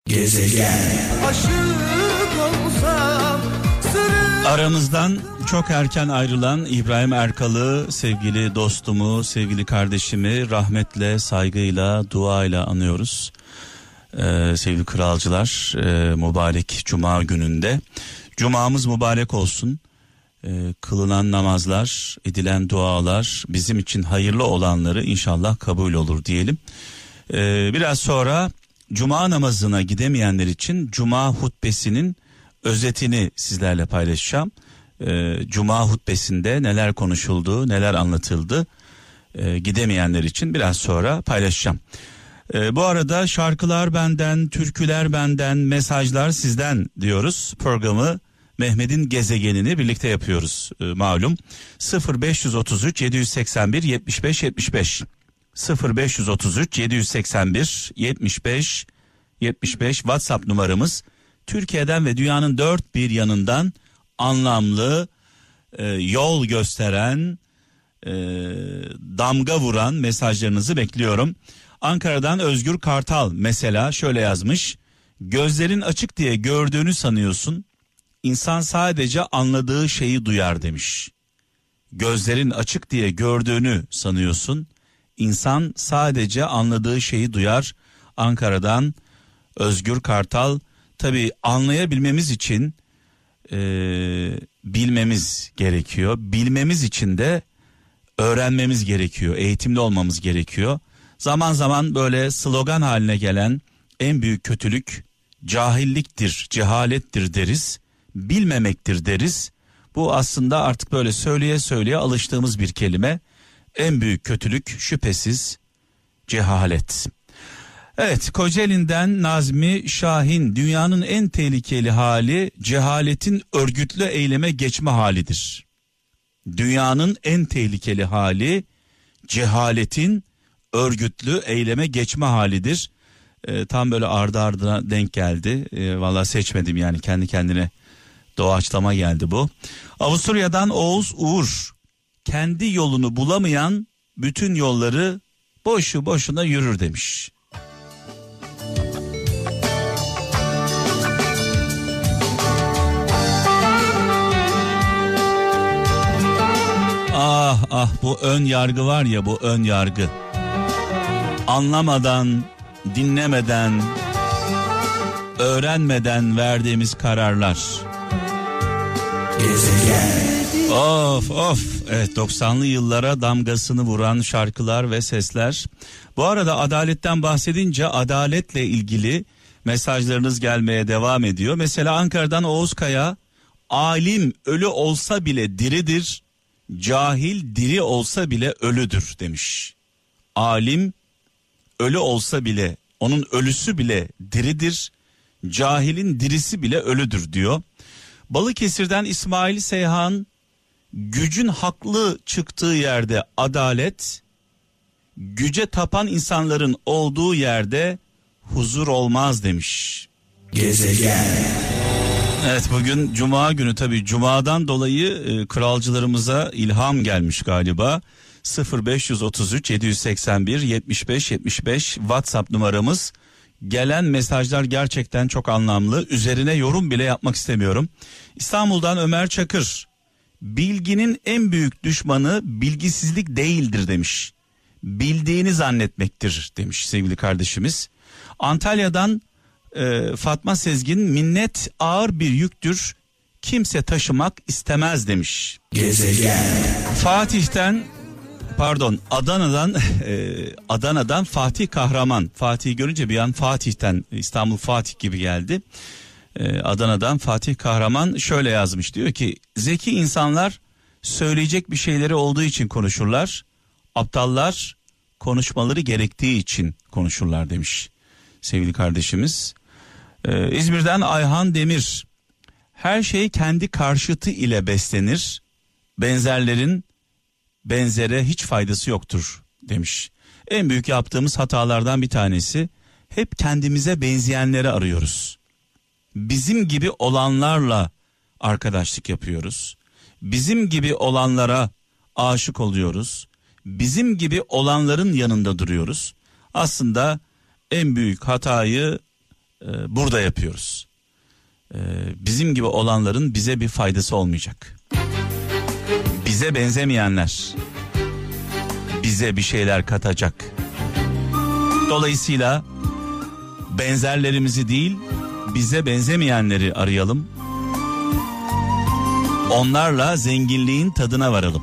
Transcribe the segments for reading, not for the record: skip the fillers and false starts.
Gezegen. Aramızdan çok erken ayrılan İbrahim Erkal'ı, sevgili dostumu, sevgili kardeşimi rahmetle, saygıyla, duayla anıyoruz. Sevgili kralcılar, mübarek cuma gününde. Cumamız mübarek olsun. Kılınan namazlar, edilen dualar, bizim için hayırlı olanları inşallah kabul olur diyelim. Biraz sonra cuma namazına gidemeyenler için cuma hutbesinin özetini sizlerle paylaşacağım. Cuma hutbesinde neler konuşuldu, neler anlatıldı, gidemeyenler için biraz sonra paylaşacağım. Bu arada şarkılar benden, türküler benden, mesajlar sizden diyoruz. Programı Mehmet'in gezegenini birlikte yapıyoruz malum. 0533 781 75 75 0533 781 75 75 WhatsApp numaramız. Türkiye'den ve dünyanın dört bir yanından anlamlı, yol gösteren, damga vuran mesajlarınızı bekliyorum. Ankara'dan Özgür Kartal mesela şöyle yazmış: gözlerin açık diye gördüğünü sanıyorsun, İnsan sadece anladığı şeyi duyar demiş. Gözlerin açık diye gördüğünü sanıyorsun, İnsan sadece anladığı şeyi duyar. Ankara'dan Özgür Kartal. Tabii anlayabilmemiz için bilmemiz gerekiyor. Bilmemiz için de öğrenmemiz gerekiyor. Eğitimli olmamız gerekiyor. Zaman zaman böyle slogan haline gelen en büyük kötülük cahilliktir, cehalettir deriz. Bilmemektir deriz. Bu aslında artık böyle söyleye söyleye alıştığımız bir kelime. En büyük kötülük şüphesiz cehalet. Evet, Kocaeli'nden Nazmi Şahin, dünyanın en tehlikeli hali cehaletin örgütlü eyleme geçme halidir. Dünyanın en tehlikeli hali cehaletin örgütlü eyleme geçme halidir. Tam böyle ardı ardına denk geldi. Vallahi seçmedim yani, kendi kendine doğaçlama geldi bu. Avusturya'dan Oğuz Uğur, kendi yolunu bulamayan bütün yolları boşu boşuna yürür demiş. Ah bu ön yargı var ya, bu ön yargı. Anlamadan, dinlemeden, öğrenmeden verdiğimiz kararlar. Of. Evet, 90'lı yıllara damgasını vuran şarkılar ve sesler. Bu arada adaletten bahsedince adaletle ilgili mesajlarınız gelmeye devam ediyor. Mesela Ankara'dan Oğuz Kaya, alim ölü olsa bile diridir, cahil diri olsa bile ölüdür demiş. Alim ölü olsa bile, onun ölüsü bile diridir, cahilin dirisi bile ölüdür diyor. Balıkesir'den İsmail Seyhan, gücün haklı çıktığı yerde adalet, güce tapan insanların olduğu yerde huzur olmaz demiş. Gezegen. Evet, bugün cuma günü, tabii cumadan dolayı kralcılarımıza ilham gelmiş galiba. 0533 781 75 75 WhatsApp numaramız. Gelen mesajlar gerçekten çok anlamlı. Üzerine yorum bile yapmak istemiyorum. İstanbul'dan Ömer Çakır, bilginin en büyük düşmanı bilgisizlik değildir demiş. Bildiğini zannetmektir demiş sevgili kardeşimiz. Antalya'dan Fatma Sezgin, minnet ağır bir yüktür, kimse taşımak istemez demiş. Gezegen. Adana'dan Fatih Kahraman. Fatih'i görünce bir an Fatih'ten, İstanbul Fatih gibi geldi. Adana'dan Fatih Kahraman şöyle yazmış, diyor ki zeki insanlar söyleyecek bir şeyleri olduğu için konuşurlar. Aptallar konuşmaları gerektiği için konuşurlar demiş sevgili kardeşimiz. İzmir'den Ayhan Demir, her şey kendi karşıtı ile beslenir, benzerlerin benzere hiç faydası yoktur demiş. En büyük yaptığımız hatalardan bir tanesi, hep kendimize benzeyenleri arıyoruz. Bizim gibi olanlarla arkadaşlık yapıyoruz. Bizim gibi olanlara aşık oluyoruz. Bizim gibi olanların yanında duruyoruz. Aslında en büyük hatayı burada yapıyoruz. Bizim gibi olanların bize bir faydası olmayacak. Bize benzemeyenler bize bir şeyler katacak. Dolayısıyla benzerlerimizi değil, bize benzemeyenleri arayalım. Onlarla zenginliğin tadına varalım.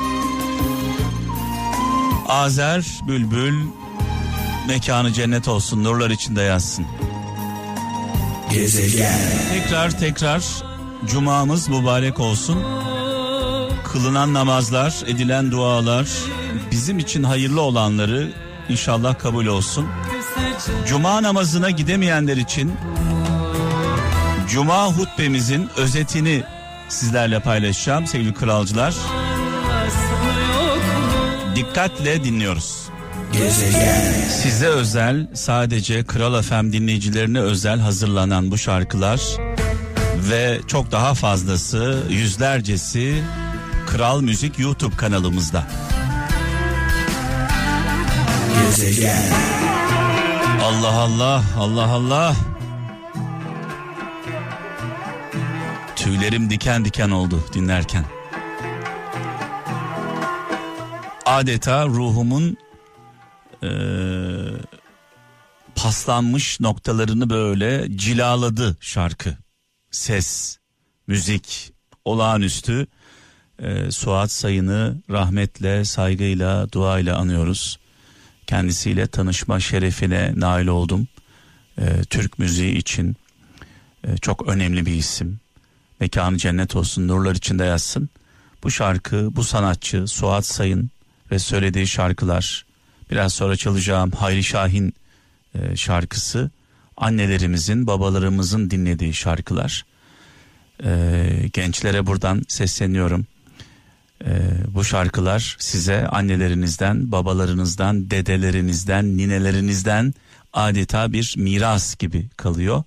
Azer Bülbül mekanı cennet olsun, nurlar içinde yatsın. Gezegen. Tekrar cumamız mübarek olsun. Kılınan namazlar, edilen dualar, bizim için hayırlı olanları inşallah kabul olsun. Cuma namazına gidemeyenler için Cuma hutbemizin özetini sizlerle paylaşacağım sevgili kralcılar. Dikkatle dinliyoruz. Gezegen. Size özel, sadece Kral FM dinleyicilerine özel hazırlanan bu şarkılar ve çok daha fazlası, yüzlercesi Kral Müzik YouTube kanalımızda. Gezegen. Allah Allah, Allah Allah. Tüylerim diken diken oldu dinlerken. Adeta ruhumun paslanmış noktalarını böyle cilaladı şarkı. Ses, müzik, olağanüstü. Suat Sayın'ı rahmetle, saygıyla, duayla anıyoruz. Kendisiyle tanışma şerefine nail oldum. Türk müziği için çok önemli bir isim. Mekanı cennet olsun, nurlar içinde yatsın. Bu şarkı, bu sanatçı Suat Sayın ve söylediği şarkılar, biraz sonra çalacağım Hayri Şahin şarkısı, annelerimizin, babalarımızın dinlediği şarkılar. Gençlere buradan sesleniyorum. Bu şarkılar size annelerinizden, babalarınızdan, dedelerinizden, ninelerinizden adeta bir miras gibi kalıyor.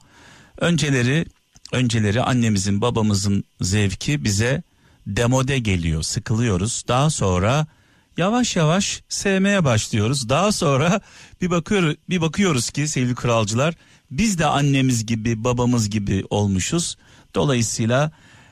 Önceleri annemizin, babamızın zevki bize demode geliyor, sıkılıyoruz. Daha sonra yavaş yavaş sevmeye başlıyoruz. Daha sonra bir bakıyoruz ki sevgili kralcılar, biz de annemiz gibi, babamız gibi olmuşuz. Dolayısıyla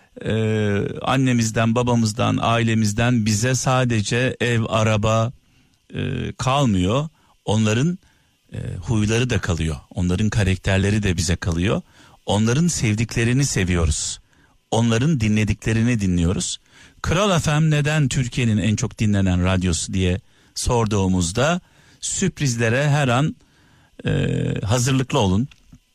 annemizden, babamızdan, ailemizden bize sadece ev, araba kalmıyor. Onların huyları da kalıyor. Onların karakterleri de bize kalıyor. Onların sevdiklerini seviyoruz. Onların dinlediklerini dinliyoruz. Kral FM neden Türkiye'nin en çok dinlenen radyosu diye sorduğumuzda sürprizlere her an hazırlıklı olun.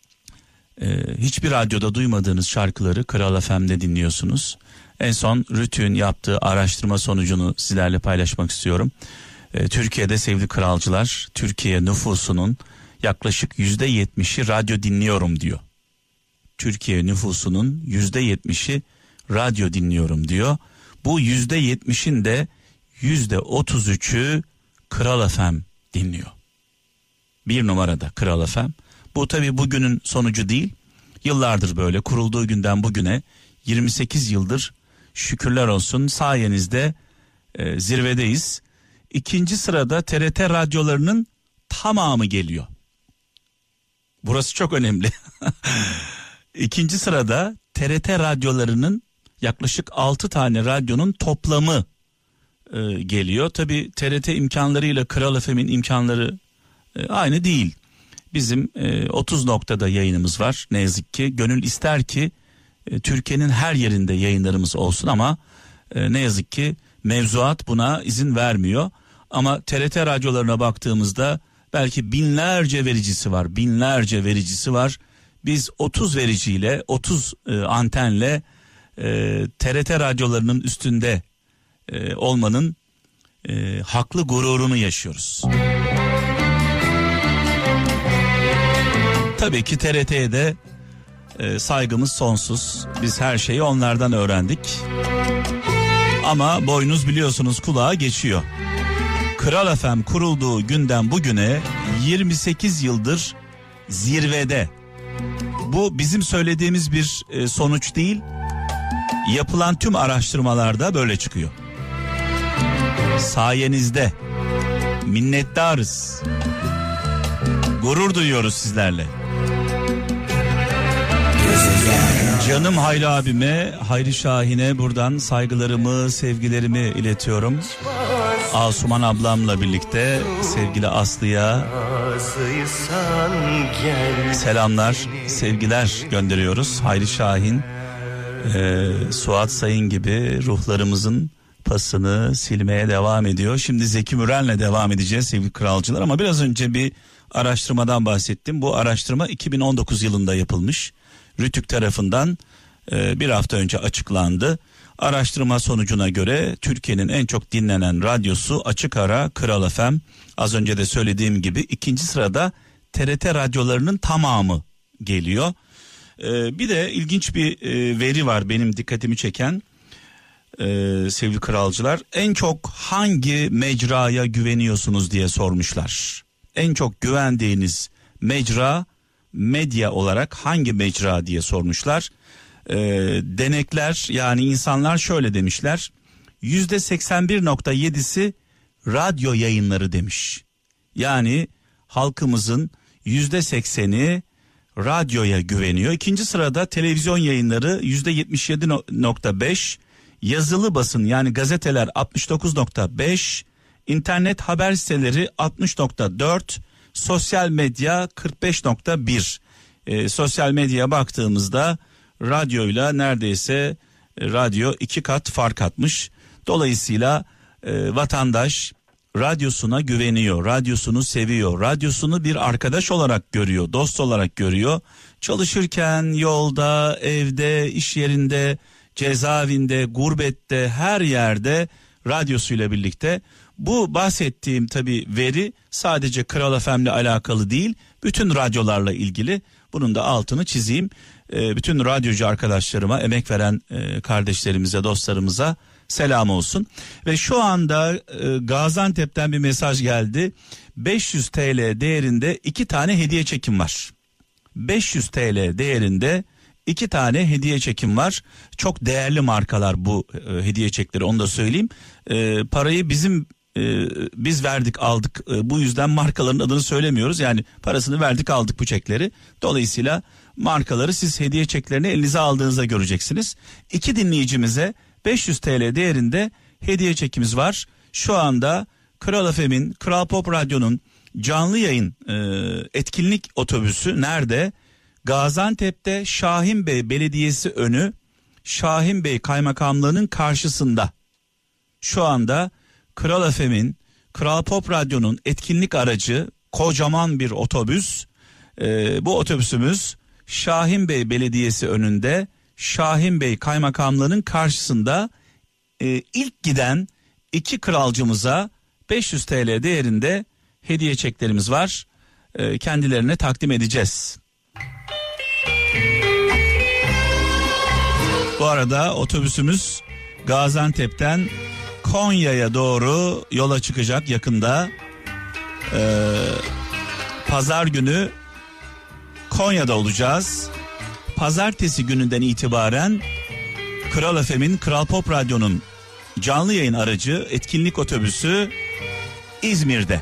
Hiçbir radyoda duymadığınız şarkıları Kral FM'de dinliyorsunuz. En son Rütük'ün yaptığı araştırma sonucunu sizlerle paylaşmak istiyorum. Türkiye'de sevgili kralcılar, Türkiye nüfusunun yaklaşık %70'i radyo dinliyorum diyor. Türkiye nüfusunun %70'i radyo dinliyorum diyor. Bu %70'in de %33'ü Kral FM dinliyor. Bir numarada Kral FM. Bu tabii bugünün sonucu değil. Yıllardır böyle, kurulduğu günden bugüne 28 yıldır şükürler olsun sayenizde zirvedeyiz. İkinci sırada TRT radyolarının tamamı geliyor. Burası çok önemli. İkinci sırada TRT radyolarının yaklaşık 6 tane radyonun toplamı geliyor. Tabii TRT imkanlarıyla Kral FM'in imkanları aynı değil. Bizim 30 noktada yayınımız var ne yazık ki. Gönül ister ki Türkiye'nin her yerinde yayınlarımız olsun ama ne yazık ki mevzuat buna izin vermiyor. Ama TRT radyolarına baktığımızda belki binlerce vericisi var. Biz 30 vericiyle, 30 antenle TRT radyolarının üstünde olmanın haklı gururunu yaşıyoruz. Tabii ki TRT'ye de saygımız sonsuz. Biz her şeyi onlardan öğrendik. Ama boynuz biliyorsunuz kulağa geçiyor. Kral FM kurulduğu günden bugüne 28 yıldır zirvede. Bu bizim söylediğimiz bir sonuç değil. Yapılan tüm araştırmalarda böyle çıkıyor. Sayenizde minnettarız. Gurur duyuyoruz sizlerle. Canım Hayri abime, Hayri Şahin'e buradan saygılarımı, sevgilerimi iletiyorum. Asuman ablamla birlikte sevgili Aslı'ya selamlar, sevgiler gönderiyoruz. Hayri Şahin, Suat Sayın gibi ruhlarımızın pasını silmeye devam ediyor. Şimdi Zeki Müren'le devam edeceğiz sevgili kralcılar, ama biraz önce bir araştırmadan bahsettim. Bu araştırma 2019 yılında yapılmış. Rütük tarafından bir hafta önce açıklandı. Araştırma sonucuna göre Türkiye'nin en çok dinlenen radyosu Açık Ara, Kral FM. Az önce de söylediğim gibi ikinci sırada TRT radyolarının tamamı geliyor. Bir de ilginç bir veri var benim dikkatimi çeken. Sevgili kralcılar, en çok hangi mecraya güveniyorsunuz diye sormuşlar. En çok güvendiğiniz mecra, medya olarak hangi mecra diye sormuşlar. Denekler, yani insanlar şöyle demişler: %81.7'si radyo yayınları demiş. Yani halkımızın %80'i radyoya güveniyor. İkinci sırada televizyon yayınları %77.5, yazılı basın yani gazeteler 69.5, internet haber siteleri 60.4, sosyal medya 45.1. Sosyal medyaya baktığımızda radyoyla neredeyse radyo 2 kat fark atmış. Dolayısıyla vatandaş radyosuna güveniyor, radyosunu seviyor, radyosunu bir arkadaş olarak görüyor, dost olarak görüyor. Çalışırken, yolda, evde, iş yerinde, cezaevinde, gurbette, her yerde radyosuyla birlikte. Bu bahsettiğim tabii veri sadece Kral FM'le alakalı değil, bütün radyolarla ilgili. Bunun da altını çizeyim. Bütün radyocu arkadaşlarıma, emek veren kardeşlerimize, dostlarımıza selam olsun. Ve şu anda Gaziantep'ten bir mesaj geldi. 500 TL değerinde 2 tane hediye çekim var. 500 TL değerinde 2 tane hediye çekim var. Çok değerli markalar bu hediye çekleri, onu da söyleyeyim. Parayı biz verdik, aldık. Bu yüzden markaların adını söylemiyoruz. Yani parasını verdik, aldık bu çekleri. Dolayısıyla markaları siz hediye çeklerini elinize aldığınızda göreceksiniz. 2 dinleyicimize 500 TL değerinde hediye çekimiz var. Şu anda Kral FM'in, Kral Pop Radyo'nun canlı yayın etkinlik otobüsü nerede? Gaziantep'te Şahin Bey Belediyesi önü, Şahin Bey Kaymakamlığı'nın karşısında. Şu anda Kral FM'in, Kral Pop Radyo'nun etkinlik aracı kocaman bir otobüs. Bu otobüsümüz Şahin Bey Belediyesi önünde, Şahin Bey Kaymakamlığı'nın karşısında. İlk giden 2 kralcımıza 500 TL değerinde hediye çeklerimiz var. Kendilerine takdim edeceğiz. Bu arada otobüsümüz Gaziantep'ten Konya'ya doğru yola çıkacak yakında. Pazar günü Konya'da olacağız. Pazartesi gününden itibaren Kral FM'in, Kral Pop Radyo'nun canlı yayın aracı etkinlik otobüsü İzmir'de.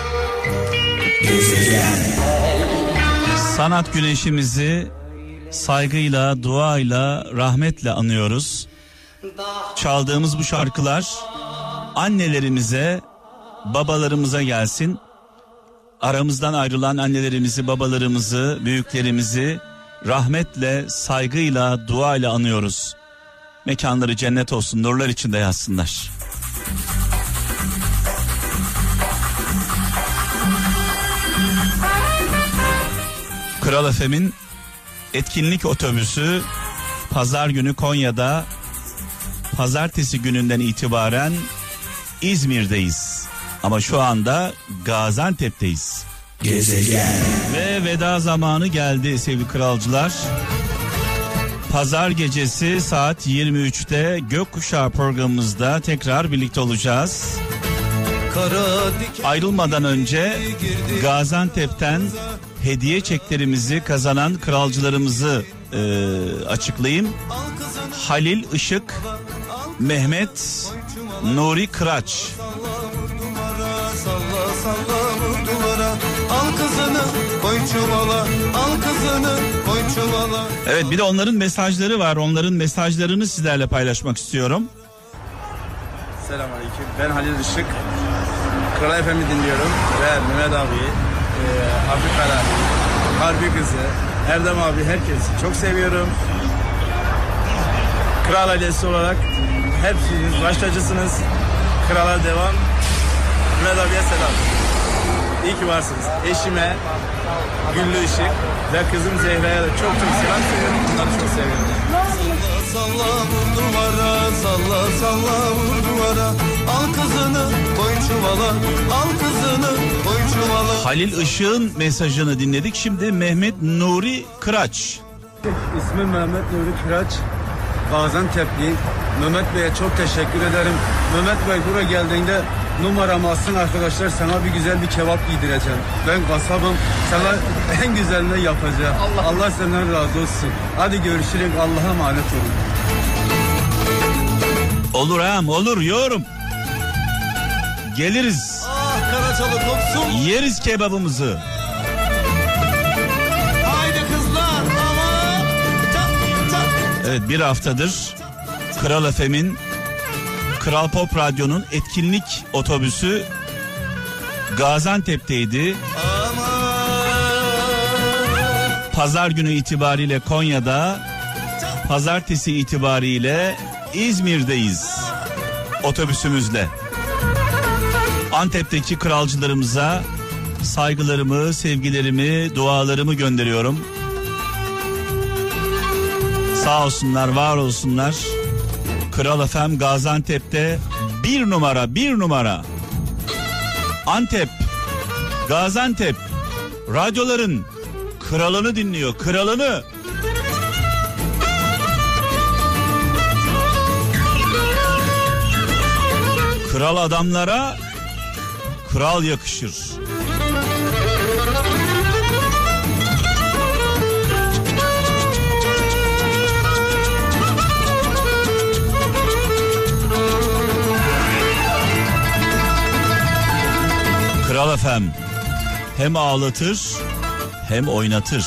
Sanat güneşimizi saygıyla, duayla, rahmetle anıyoruz. Çaldığımız bu şarkılar annelerimize, babalarımıza gelsin. Aramızdan ayrılan annelerimizi, babalarımızı, büyüklerimizi rahmetle, saygıyla, duayla anıyoruz. Mekanları cennet olsun, nurlar içinde yatsınlar. Kral FM'in etkinlik otobüsü pazar günü Konya'da, pazartesi gününden itibaren İzmir'deyiz. Ama şu anda Gaziantep'teyiz. Gezegen. Ve veda zamanı geldi sevgili kralcılar. Pazar gecesi saat 23'te Gökkuşağı programımızda tekrar birlikte olacağız. Ayrılmadan önce Gaziantep'ten hediye çeklerimizi kazanan kralcılarımızı açıklayayım. Halil Işık, Mehmet Nuri Kıraç. Al kızını koy çuvala, al kızını koy Evet, bir de onların mesajları var. Onların mesajlarını sizlerle paylaşmak istiyorum. Selamünaleyküm. Ben Halil Işık. Kral FM'i dinliyorum ve Mehmet abi, Afrika'da Harbi kızı, Erdem abi, herkesi çok seviyorum. Kral ailesi olarak hepsiniz baş tacısınız. Krala devam. Mehmet abiye selam. İyi ki varsınız. Eşime Güllü Işık ve kızım Zehra'ya da çok selam söylüyorum. Bunları çok seviyorum. Salla vur duvara, salla vur duvara. Al kızını koy çuvala, al kızını koy çuvala. Halil Işık'ın mesajını dinledik. Şimdi Mehmet Nuri Kıraç. İsmim Mehmet Nuri Kıraç. Gaziantep'li. Mehmet Bey'e çok teşekkür ederim. Mehmet Bey buraya geldiğinde numaramı alsın arkadaşlar, sana bir güzel bir kebap giydireceğim. Ben kasabım, sana en güzelini yapacağım. Allah senden razı olsun. Hadi görüşürüz, Allah'a emanet olun. Olur ağam, olur, yorum. Geliriz. Ah Karacalı kopsun. Yeriz kebabımızı. Haydi kızlar ama çap. Evet, bir haftadır Kral FM'in, Kral Pop Radyo'nun etkinlik otobüsü Gaziantep'teydi. Pazar günü itibariyle Konya'da, pazartesi itibariyle İzmir'deyiz otobüsümüzle. Antep'teki kralcılarımıza saygılarımı, sevgilerimi, dualarımı gönderiyorum. Sağ olsunlar, var olsunlar. Kral FM Gaziantep'te bir numara. Antep, Gaziantep radyoların kralını dinliyor, kralını. Kral adamlara kral yakışır. Kral FM hem ağlatır hem oynatır.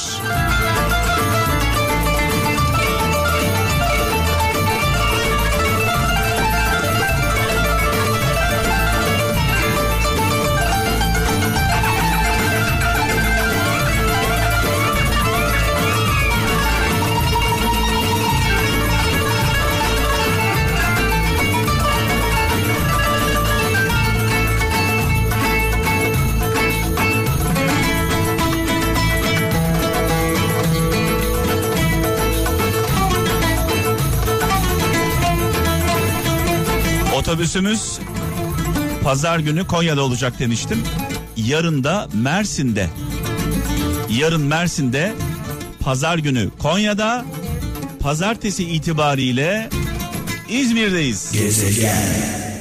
Otobüsümüz pazar günü Konya'da olacak demiştim. Yarın da Mersin'de. Yarın Mersin'de, pazar günü Konya'da, pazartesi itibariyle İzmir'deyiz. Gezegen.